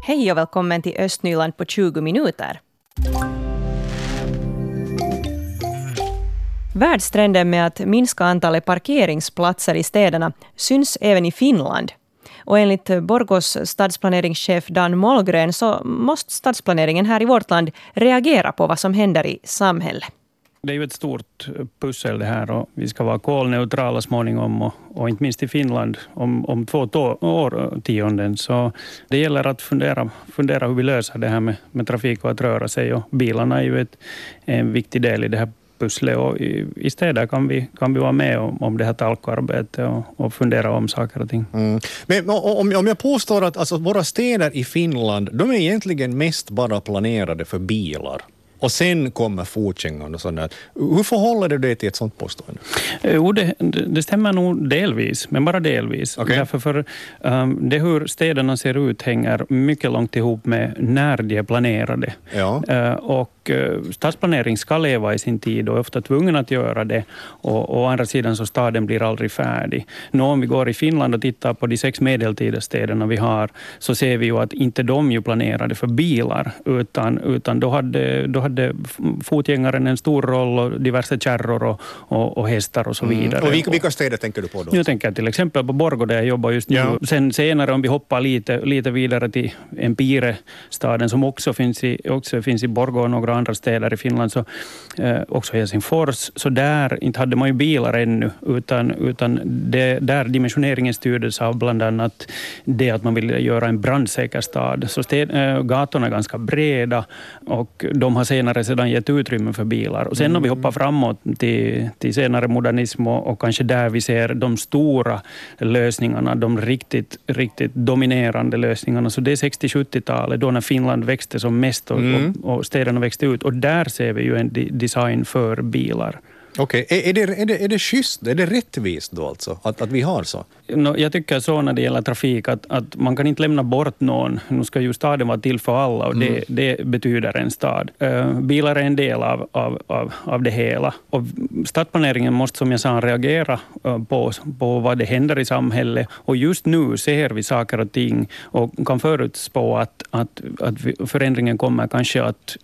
Hej och välkommen till Östnyland på 20 minuter. Världstrenden med att minska antalet parkeringsplatser i städerna syns även i Finland. Och enligt Borgos stadsplaneringschef Dan Mollgren så måste stadsplaneringen här i vårt land reagera på vad som händer i samhället. Det är ju ett stort pussel det här och vi ska vara kolneutrala småningom och inte minst i Finland om 2 årtionden. Så det gäller att fundera hur vi löser det här med trafik och att röra sig, och bilarna är ju en viktig del i det här pusslet, och i städer kan vi vara med om det här talkoarbetet och fundera om saker och ting. Men om jag påstår att alltså, våra städer i Finland, de är egentligen mest bara planerade för bilar. Och sen kommer fotgängaren och sådär. Hur förhåller du dig till ett sånt påstående? Jo, det stämmer nog delvis, men bara delvis. Okay. Därför för det hur städerna ser ut hänger mycket långt ihop med när de är planerade. Ja. Och stadsplanering ska leva i sin tid och är ofta tvungen att göra det. Och å andra sidan så staden blir aldrig färdig. Om vi går i Finland och tittar på de 6 medeltida städerna vi har, så ser vi ju att inte de ju planerade för bilar, utan då hade fotgängaren en stor roll och diverse kärror och hästar och så vidare. Och vilka städer tänker du på då? Jag tänker till exempel på Borgå där jag jobbar just nu. Ja. Sen senare om vi hoppar lite vidare till Empire-staden som också finns i Borgå och några andra städer i Finland, så också Helsingfors. Så där inte hade man ju bilar ännu, utan där dimensioneringen styrdes av bland annat det att man ville göra en brandsäker stad. Så gatorna är ganska breda och de har senare sedan gett utrymme för bilar. Och sen om vi hoppar framåt till senare modernism och kanske där vi ser de stora lösningarna, de riktigt dominerande lösningarna. Så det är 60-70-talet då när Finland växte som mest och städerna växte ut. Och där ser vi ju en design för bilar. Okej, är det schysst, är det rättvist då alltså att vi har så? Jag tycker så när det gäller trafik att man kan inte lämna bort någon. Nu ska ju staden vara till för alla och det betyder en stad. Bilar är en del av det hela. Och stadsplaneringen måste, som jag sa, reagera på vad det händer i samhället. Och just nu ser vi saker och ting och kan förutspå att förändringen kommer kanske att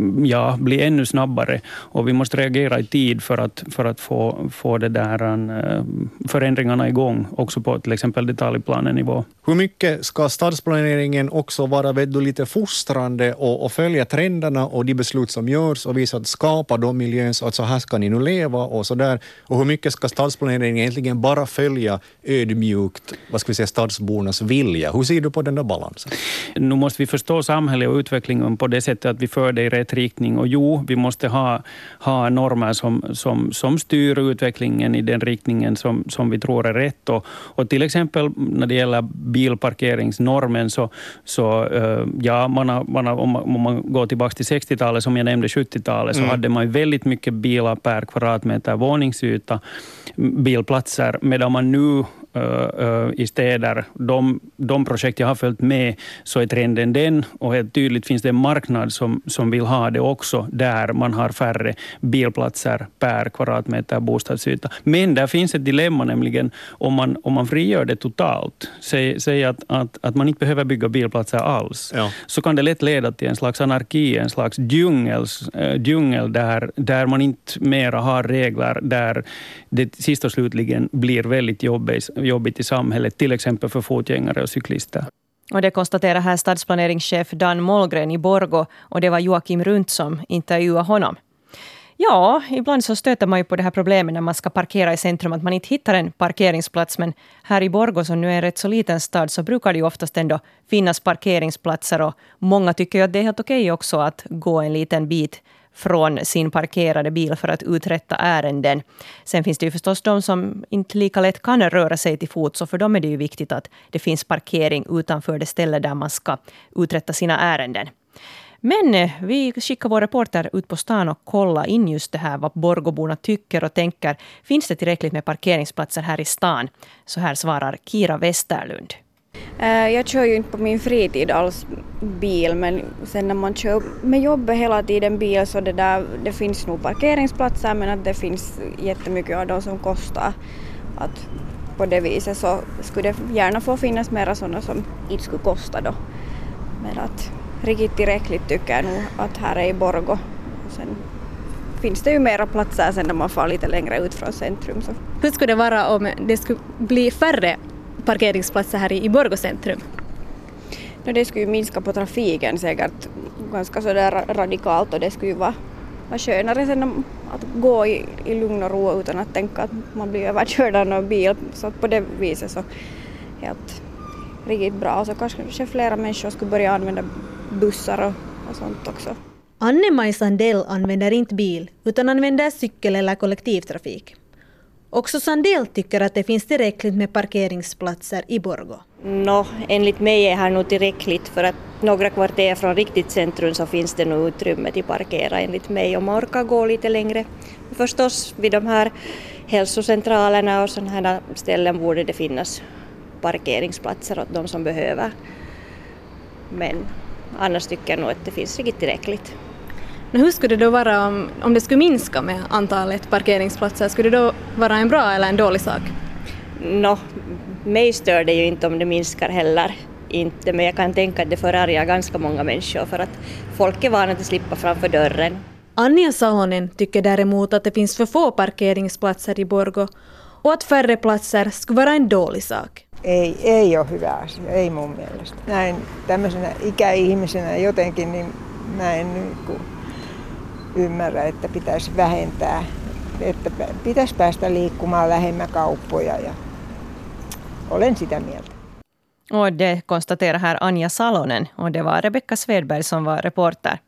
bli ännu snabbare, och vi måste reagera i tid för att få det där förändringarna igång också på till exempel detaljplanenivå. Hur mycket ska stadsplaneringen också vara lite fostrande och följa trenderna och de beslut som görs och visa att skapa de miljön så att så här ska ni nu leva och så där, och hur mycket ska stadsplaneringen egentligen bara följa ödmjukt, stadsbornas vilja? Hur ser du på den där balansen? Nu måste vi förstå samhället och utvecklingen på det sättet att vi för det i rätt riktning, och vi måste ha normer som styr utvecklingen i den riktningen som vi tror är rätt, och till exempel när det gäller bilparkeringsnormen om man går tillbaka till 60-talet, som jag nämnde 70-talet, så hade man ju väldigt mycket bilar per kvadratmeter våningsyta, bilplatser, medan man nu i städer, de projekt jag har följt med, så är trenden den, och helt tydligt finns det en marknad som vill ha det också, där man har färre bilplatser per kvadratmeter bostadsyta. Men där finns ett dilemma, nämligen om man frigör det totalt, säg att man inte behöver bygga bilplatser alls, så kan det lätt leda till en slags anarki, en slags djungel där man inte mera har regler, där det sist och slutligen blir väldigt jobbigt i samhället, till exempel för fotgängare och cyklister. Och det konstaterar här stadsplaneringschef Dan Mollgren i Borgå, och det var Joakim Runt som intervjuade honom. Ja, ibland så stöter man ju på det här problemet när man ska parkera i centrum, att man inte hittar en parkeringsplats, men här i Borgå, som nu är en rätt så liten stad, så brukar det ju oftast ändå finnas parkeringsplatser, och många tycker ju att det är helt okej också att gå en liten bit från sin parkerade bil för att uträtta ärenden. Sen finns det ju förstås de som inte lika lätt kan röra sig till fot, så för dem är det ju viktigt att det finns parkering utanför det ställe där man ska uträtta sina ärenden. Men vi skickar vår reporter ut på stan och kolla in just det här, vad Borgåborna tycker och tänker. Finns det tillräckligt med parkeringsplatser här i stan? Så här svarar Kira Westerlund. Jag kör ju inte på min fritid alls bil, men sen när man kör med jobbet hela tiden bil, så det finns nog parkeringsplatser, men att det finns jättemycket av dem som kostar. Att på det viset så skulle det gärna få finnas mera sådana som inte skulle kosta då. Men att riktigt tillräckligt tycker jag nog att här är i Borgå. Sen finns det ju mera platser sen när man får lite längre ut från centrum. Så. Hur skulle det vara om det skulle bli färre parkeringsplatser här i Borgå centrum? Det skulle ju minska på trafiken säkert ganska så där radikalt och det skulle ju vara skönare sen att gå i lugn och ro utan att tänka att man blir överkörd av någon bil. Så på det viset så helt riktigt bra. Och så kanske flera människor skulle börja använda bussar och sånt också. Anne-Maj Sandell använder inte bil utan använder cykel eller kollektivtrafik. Också Sandell tycker att det finns tillräckligt med parkeringsplatser i Borgå. Enligt mig är här nog tillräckligt för att några kvarter från riktigt centrum så finns det nog utrymme till parkera enligt mig om man orkar gå lite längre. Förstås vid de här hälsocentralerna och sådana här ställen borde det finnas parkeringsplatser åt de som behöver. Men annars tycker jag nog att det finns riktigt tillräckligt. Men hur skulle det då vara om det skulle minska med antalet parkeringsplatser? Skulle det då vara en bra eller en dålig sak? Mig stör det ju inte om det minskar heller. Inte, men jag kan tänka att det förargar ganska många människor för att folk är vana att slippa framför dörren. Anja Salonen tycker däremot att det finns för få parkeringsplatser i Borgå och att färre platser skulle vara en dålig sak. Ei ole hyvä asia, ei mun mielestä. Näin tämmöisenä ikäihmisenä jotenkin niin mä en ymmärrä, että pitäisi vähentää, että pitäisi päästä liikkumaan lähemmä kauppoja ja olen sitä mieltä. Och det konstaterar här Anja Salonen och det var Rebecka Svedberg som var reporter.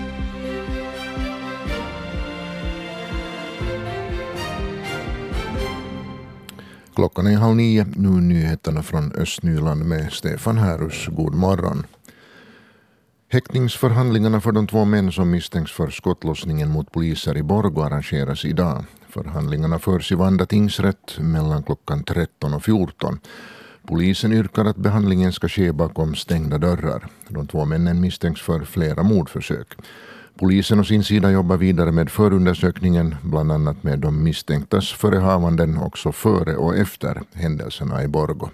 Klockan är 8:30, nu nyheterna från Östnyland med Stefan Härus. God morgon. Häktningsförhandlingarna för de 2 män som misstänks för skottlossningen mot poliser i Borgå arrangeras idag. Förhandlingarna förs i Vanda tingsrätt mellan klockan 13 och 14. Polisen yrkar att behandlingen ska ske bakom stängda dörrar. De 2 männen misstänks för flera mordförsök. Polisen å sin sida jobbar vidare med förundersökningen, bland annat med de misstänktas förehavanden också före och efter händelserna i Borgå.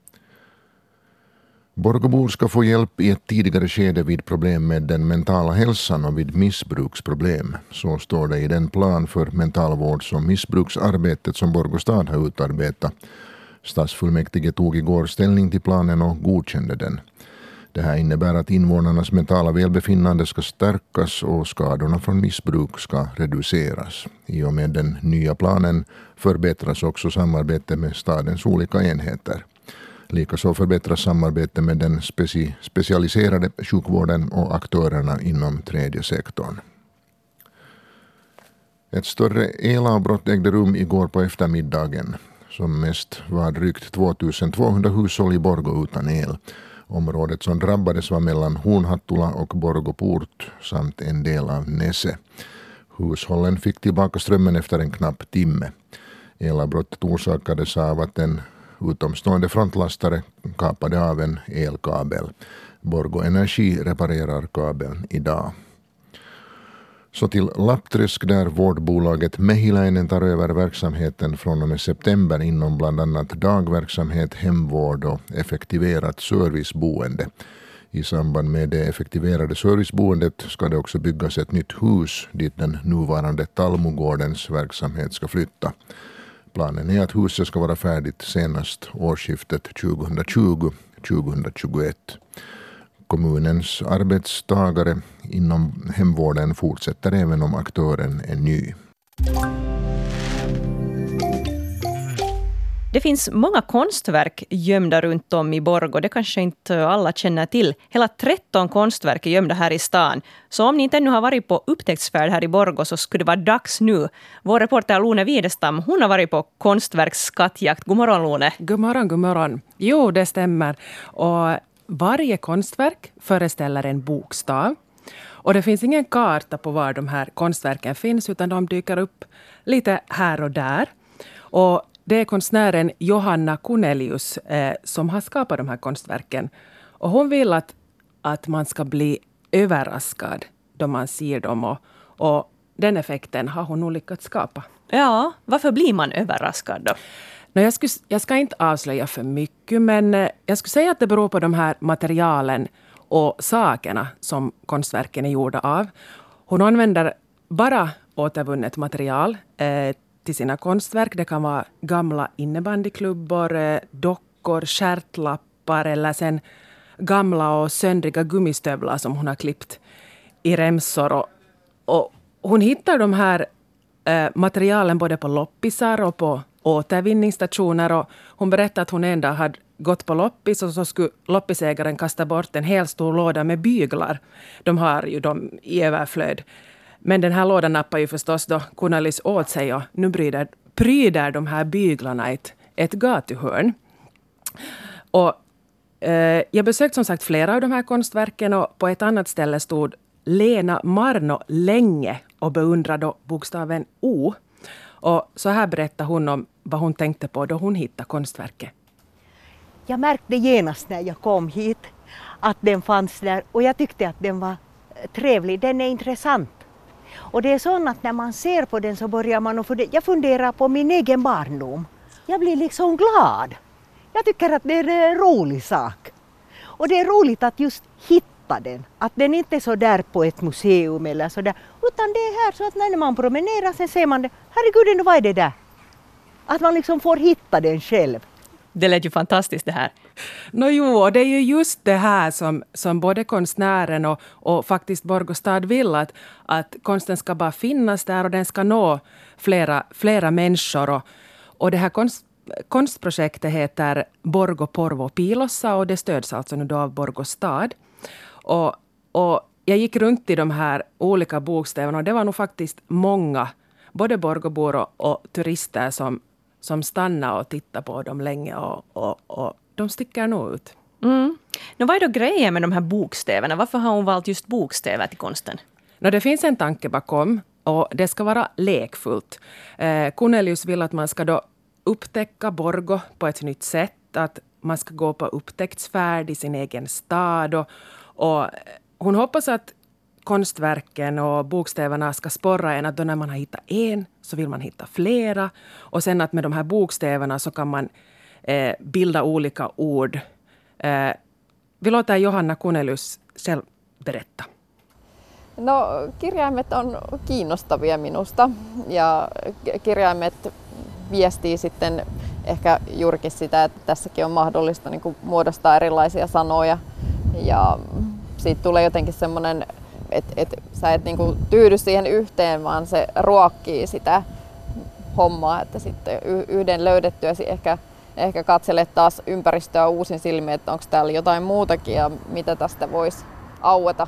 Borgåbor ska få hjälp i ett tidigare skede vid problem med den mentala hälsan och vid missbruksproblem. Så står det i den plan för mentalvårds- och missbruksarbetet som Borgå stad har utarbetat. Stadsfullmäktige tog igår ställning till planen och godkände den. Det här innebär att invånarnas mentala välbefinnande ska stärkas och skadorna från missbruk ska reduceras. I och med den nya planen förbättras också samarbetet med stadens olika enheter. Likaså förbättras samarbetet med den specialiserade sjukvården och aktörerna inom tredje sektorn. Ett större elavbrott ägde rum igår på eftermiddagen. Som mest var drygt 2200 hushåll i Borgå utan el. Området som drabbades var mellan Hornhattula och Borgåport samt en del av Nese. Hushållen fick tillbaka strömmen efter en knapp timme. Elavbrottet orsakades av att en utomstående frontlastare kapade av en elkabel. Borgå Energi reparerar kabeln idag. Så till Lappträsk där vårdbolaget Mehiläinen tar över verksamheten från och med september inom bland annat dagverksamhet, hemvård och effektiverat serviceboende. I samband med det effektiverade serviceboendet ska det också byggas ett nytt hus dit den nuvarande Talmogårdens verksamhet ska flytta. Planen är att huset ska vara färdigt senast årsskiftet 2020-2021. Kommunens arbetstagare inom hemvården fortsätter även om aktören är ny. Det finns många konstverk gömda runt om i Borgå. Det kanske inte alla känner till. Hela 13 konstverk är gömda här i stan. Så om ni inte ännu har varit på upptäcktsfärd här i Borgå så skulle det vara dags nu. Vår reporter Lone Widestam, hon har varit på konstverksskattjakt. God morgon Lone. God morgon, god morgon. Jo, det stämmer. Och varje konstverk föreställer en bokstav. Och det finns ingen karta på var de här konstverken finns utan de dyker upp lite här och där. Och det är konstnären Johanna Kunelius som har skapat de här konstverken. Och hon vill att man ska bli överraskad då man ser dem. Och den effekten har hon nog lyckats skapa. Ja, varför blir man överraskad då? Jag ska inte avslöja för mycket, men jag skulle säga att det beror på de här materialen och sakerna som konstverken är gjorda av. Hon använder bara återvunnet material till sina konstverk. Det kan vara gamla innebandyklubbor, dockor, skärtlappar eller sen gamla och söndriga gummistövlar som hon har klippt i remsor. Och hon hittar de här materialen både på loppisar och på återvinningsstationer. Och hon berättade att hon en dag hade gått på loppis och så skulle loppisägaren kasta bort en hel stor låda med byglar. De har ju dem i överflöd. Men den här lådan nappar ju förstås då Cornelis åt sig och nu pryder de här byglarna ett gatuhörn. Och jag besökte som sagt flera av de här konstverken och på ett annat ställe stod Lena Marno länge och beundrade bokstaven O. Och så här berättade hon om vad hon tänkte på då hon hittade konstverket. Jag märkte genast när jag kom hit att den fanns där och jag tyckte att den var trevlig, den är intressant. Och det är så att när man ser på den så börjar man jag funderar på min egen barndom. Jag blir liksom glad. Jag tycker att det är en rolig sak. Och det är roligt att just hitta den. Att den inte är så där på ett museum eller så där. Utan det är här så att när man promenerar sen ser man det. Herregud, vad är det där? Att man liksom får hitta den själv. Det lät ju fantastiskt det här. Jo, det är ju just det här som både konstnären och faktiskt Borgå stad vill. Att konsten ska bara finnas där och den ska nå flera människor. Och det här konstprojektet heter Borgå Porvo Piilossa och det stöds alltså nu då av Borgå stad. Och jag gick runt i de här olika bokstäverna och det var nog faktiskt många, både Borgåbor och turister som stannar och tittar på dem länge och de sticker nog ut. Vad är då grejen med de här bokstäverna? Varför har hon valt just bokstäver till konsten? Det finns en tanke bakom och det ska vara lekfullt. Cornelius vill att man ska då upptäcka Borgå på ett nytt sätt. Att man ska gå på upptäcktsfärd i sin egen stad. Och hon hoppas att konstverken och bokstäverna ska sporra en att då när man har hittat en så vill man hitta flera. Och sen att med de här bokstäverna så kan man bilda olika ord. Vi låter Johanna Cornelius själv berätta. No, kirjaimet on kiinnostavia minusta ja kirjaimet viestii sitten ehkä juurikin sitä, että tässäkin on mahdollista niin kuin muodostaa erilaisia sanoja ja siitä tulee jotenkin semmoinen, että sä et niin kuin tyydy siihen yhteen, vaan se ruokkii sitä hommaa, että sitten yhden löydettyä ehkä katselet taas ympäristöä uusin silmin, että onko täällä jotain muutakin ja mitä tästä voisi aueta.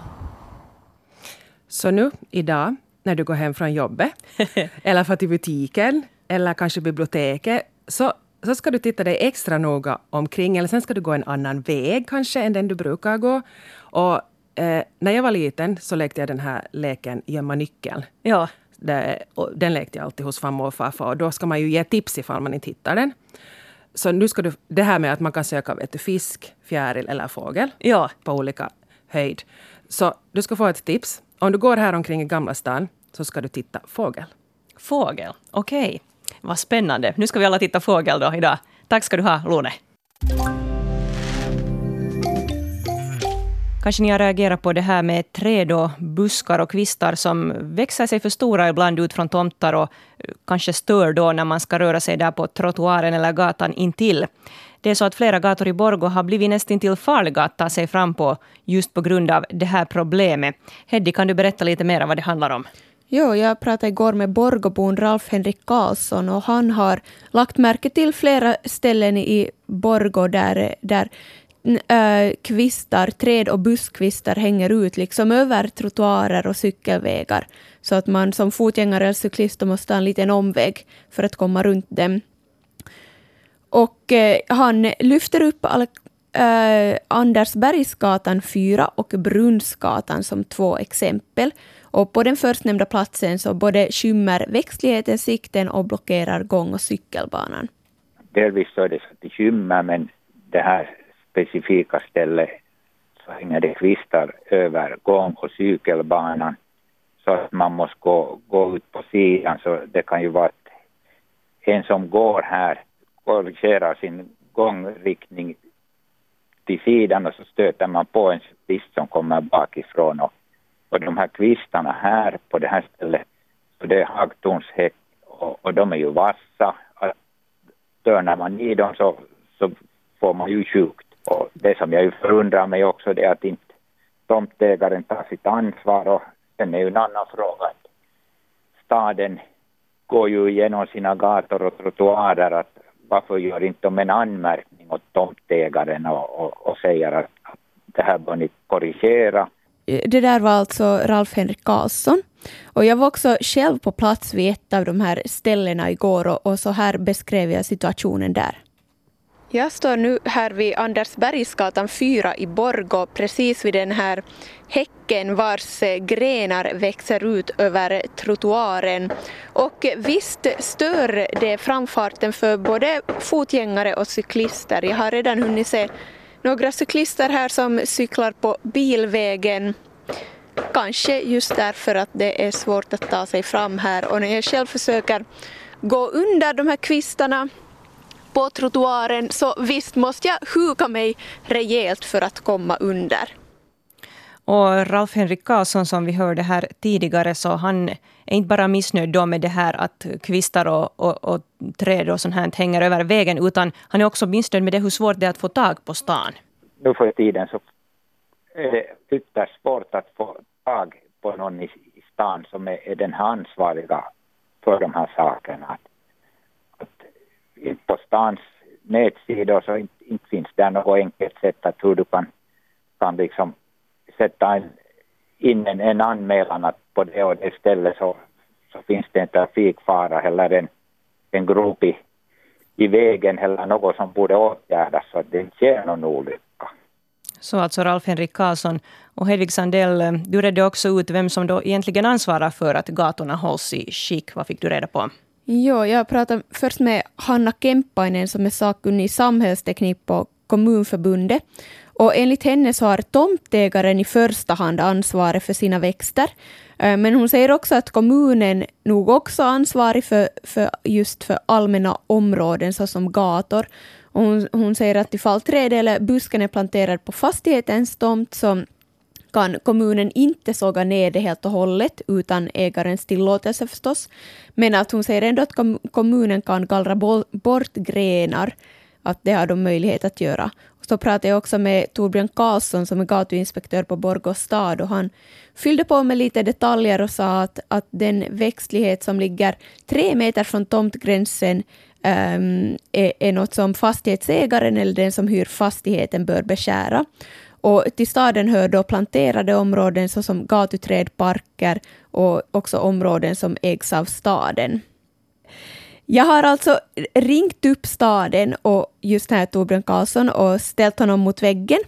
Så nu idag när du går hem från jobbet eller för till butiken eller kanske biblioteket så ska du titta dig extra noga omkring eller sen ska du gå en annan väg kanske än den du brukar gå. Och när jag var liten så lekte jag den här leken gömma nyckeln. Ja. Den lekte jag alltid hos farmor och farfar och då ska man ju ge tips ifall man inte hittar den. Så nu ska du, det här med att man kan söka fisk, fjäril eller fågel på olika höjd. Så du ska få ett tips. Om du går här omkring i Gamla stan så ska du titta fågel. Fågel, okej. Vad spännande. Nu ska vi alla titta fågel då idag. Tack ska du ha, Lone. Kanske ni har reagerat på det här med träd och buskar och kvistar som växer sig för stora ibland ut från tomtar och kanske stör då när man ska röra sig där på trottoaren eller gatan intill. Det är så att flera gator i Borgå har blivit nästintill farliga att ta sig fram på just på grund av det här problemet. Heddi, kan du berätta lite mer om vad det handlar om? Jo, jag pratade igår med Borgåbon Ralf-Henrik Karlsson och han har lagt märke till flera ställen i Borgå där kvistar, träd och buskkvistar hänger ut liksom över trottoarer och cykelvägar så att man som fotgängare eller cyklist måste ha en liten omväg för att komma runt dem. Och han lyfter upp Andersbergsgatan 4 och Brunnsgatan som 2 exempel. Och på den förstnämnda platsen så både skymmer växtligheten sikten och blockerar gång- och cykelbanan. Delvis så är det så att det skymmer, men det här specifika stället så hänger det kvistar över gång- och cykelbanan så att man måste gå ut på sidan. Så det kan ju vara att en som går här korrigerar sin gångriktning till sidan och så stöter man på en cyklist som kommer bakifrån. Och de här kvistarna här på det här stället, så det är hagtornshäck och de är ju vassa. Törnar man i dem så får man ju sjukt. Och det som jag ju förundrar mig också det är att inte tomtägaren tar sitt ansvar. Och sen är ju en annan fråga. Staden går ju igenom sina gator och trottoarer. Att varför gör inte de en anmärkning åt tomtägaren och säger att det här bör ni korrigera. Det där var alltså Ralf-Henrik Karlsson. Och jag var också själv på plats vid ett av de här ställena igår och så här beskrev jag situationen där. Jag står nu här vid Andersbergsgatan 4 i Borgå, precis vid den här häcken vars grenar växer ut över trottoaren. Och visst stör det framfarten för både fotgängare och cyklister. Jag har redan hunnit se några cyklister här som cyklar på bilvägen. Kanske just därför att det är svårt att ta sig fram här. Och när jag själv försöker gå under de här kvistarna på trottoaren så visst måste jag huka mig rejält för att komma under. Och Ralf-Henrik Karlsson som vi hörde här tidigare, så han är inte bara missnöjd då med det här att kvistar och träd och sånt här hänger över vägen, utan han är också missnöjd med det hur svårt det är att få tag på stan. Nu för tiden så är det ytterst svårt att få tag på någon i stan som är den ansvariga för de här sakerna. På stans nätsidor så inte finns det något enkelt sätt att hur du kan liksom sätta in en anmälan att på det och det stället så finns det en trafikfara eller en grop i vägen eller något som borde åtgärdas så att det inte sker någon olycka. Så alltså Ralf-Henrik Karlsson. Och Hedvig Sandell, du redde också ut vem som då egentligen ansvarar för att gatorna hålls i skick. Vad fick du reda på? Jo, jag pratade först med Hanna Kemppainen som är sakkunnig i samhällsteknik på Kommunförbundet. Och enligt henne så har tomtägaren i första hand ansvaret för sina växter. Men hon säger också att kommunen nog också är ansvarig för allmänna områden såsom gator. Och hon säger att ifall träd eller busken är planterad på fastighetens tomt så kan kommunen inte såga ner det helt och hållet utan ägarens tillåtelse förstås. Men att hon säger ändå att kommunen kan gallra bort grenar, att det har de möjlighet att göra. Och så pratade jag också med Torbjörn Karlsson som är gatuinspektör på Borgå stad och han fyllde på med lite detaljer och sa att den växtlighet som ligger 3 meter från tomtgränsen är något som fastighetsägaren eller den som hyr fastigheten bör beskära. Och till staden hör då planterade områden såsom gatuträd, parker och också områden som ägs av staden. Jag har alltså ringt upp staden och just här Torbjörn Karlsson och ställt honom mot väggen.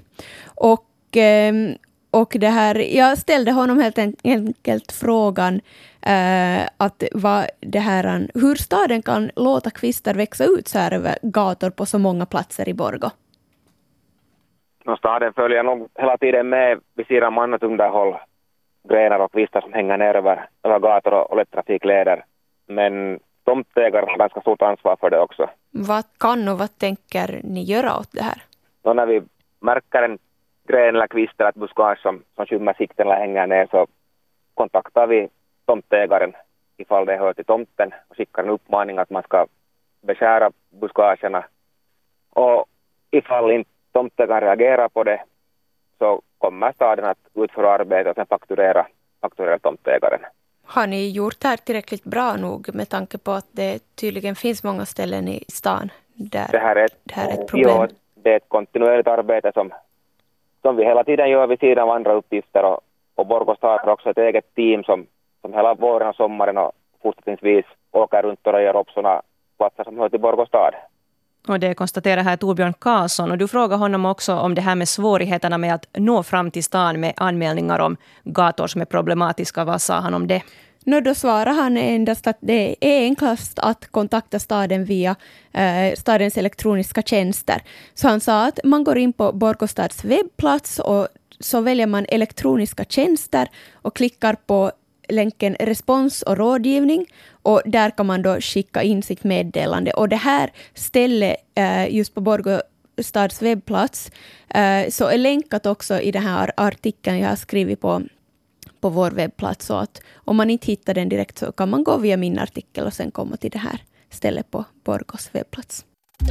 Och det här, jag ställde honom helt enkelt frågan att hur staden kan låta kvistar växa ut så här över gator på så många platser i Borgå. Staden följer nog hela tiden med vid sidan om annat underhåll, grenar och kvistar som hänger ner över gator och lättrafikleder. Men tomtägare har ganska stort ansvar för det också. Vad kan och vad tänker ni göra åt det här? Då när vi märker en gren eller kvist eller ett buskage som skymmer sikten eller hänger ner så kontaktar vi tomtägaren ifall det hör till tomten och skickar en uppmaning att man ska beskära buskagerna. Och ifall inte tomtägaren reagerar på det så kommer staden att utföra arbete och sen fakturera tomtägaren. Har ni gjort det här tillräckligt bra nog med tanke på att det tydligen finns många ställen i stan där det här är ett problem? Ja, det är ett kontinuerligt arbete som vi hela tiden gör vid sidan av andra uppgifter och Borgå stad har också ett eget team som hela våren och sommaren och fortsättningsvis åker runt och röjer upp sådana platser som hör till Borgå stad. Och det konstaterar här Torbjörn Karlsson. Och du frågar honom också om det här med svårigheterna med att nå fram till stan med anmälningar om gator som är problematiska. Vad sa han om det? Då svarar han endast att det är enklast att kontakta staden via stadens elektroniska tjänster. Så han sa att man går in på Borgå stads webbplats och så väljer man elektroniska tjänster och klickar på länken respons och rådgivning och där kan man då skicka in sitt meddelande. Och det här stället just på Borgå stads webbplats, så är länkat också i den här artikeln jag har skrivit på vår webbplats. Så att om man inte hittar den direkt så kan man gå via min artikel och sen komma till det här stället på Borgos webbplats.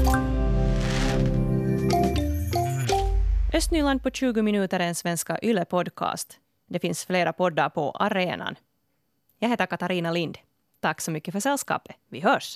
Östnyland på 20 minuter är en svenska Yle-podcast. Det finns flera poddar på arenan. Jag heter Katarina Lind. Tack så mycket för sällskapet. Vi hörs!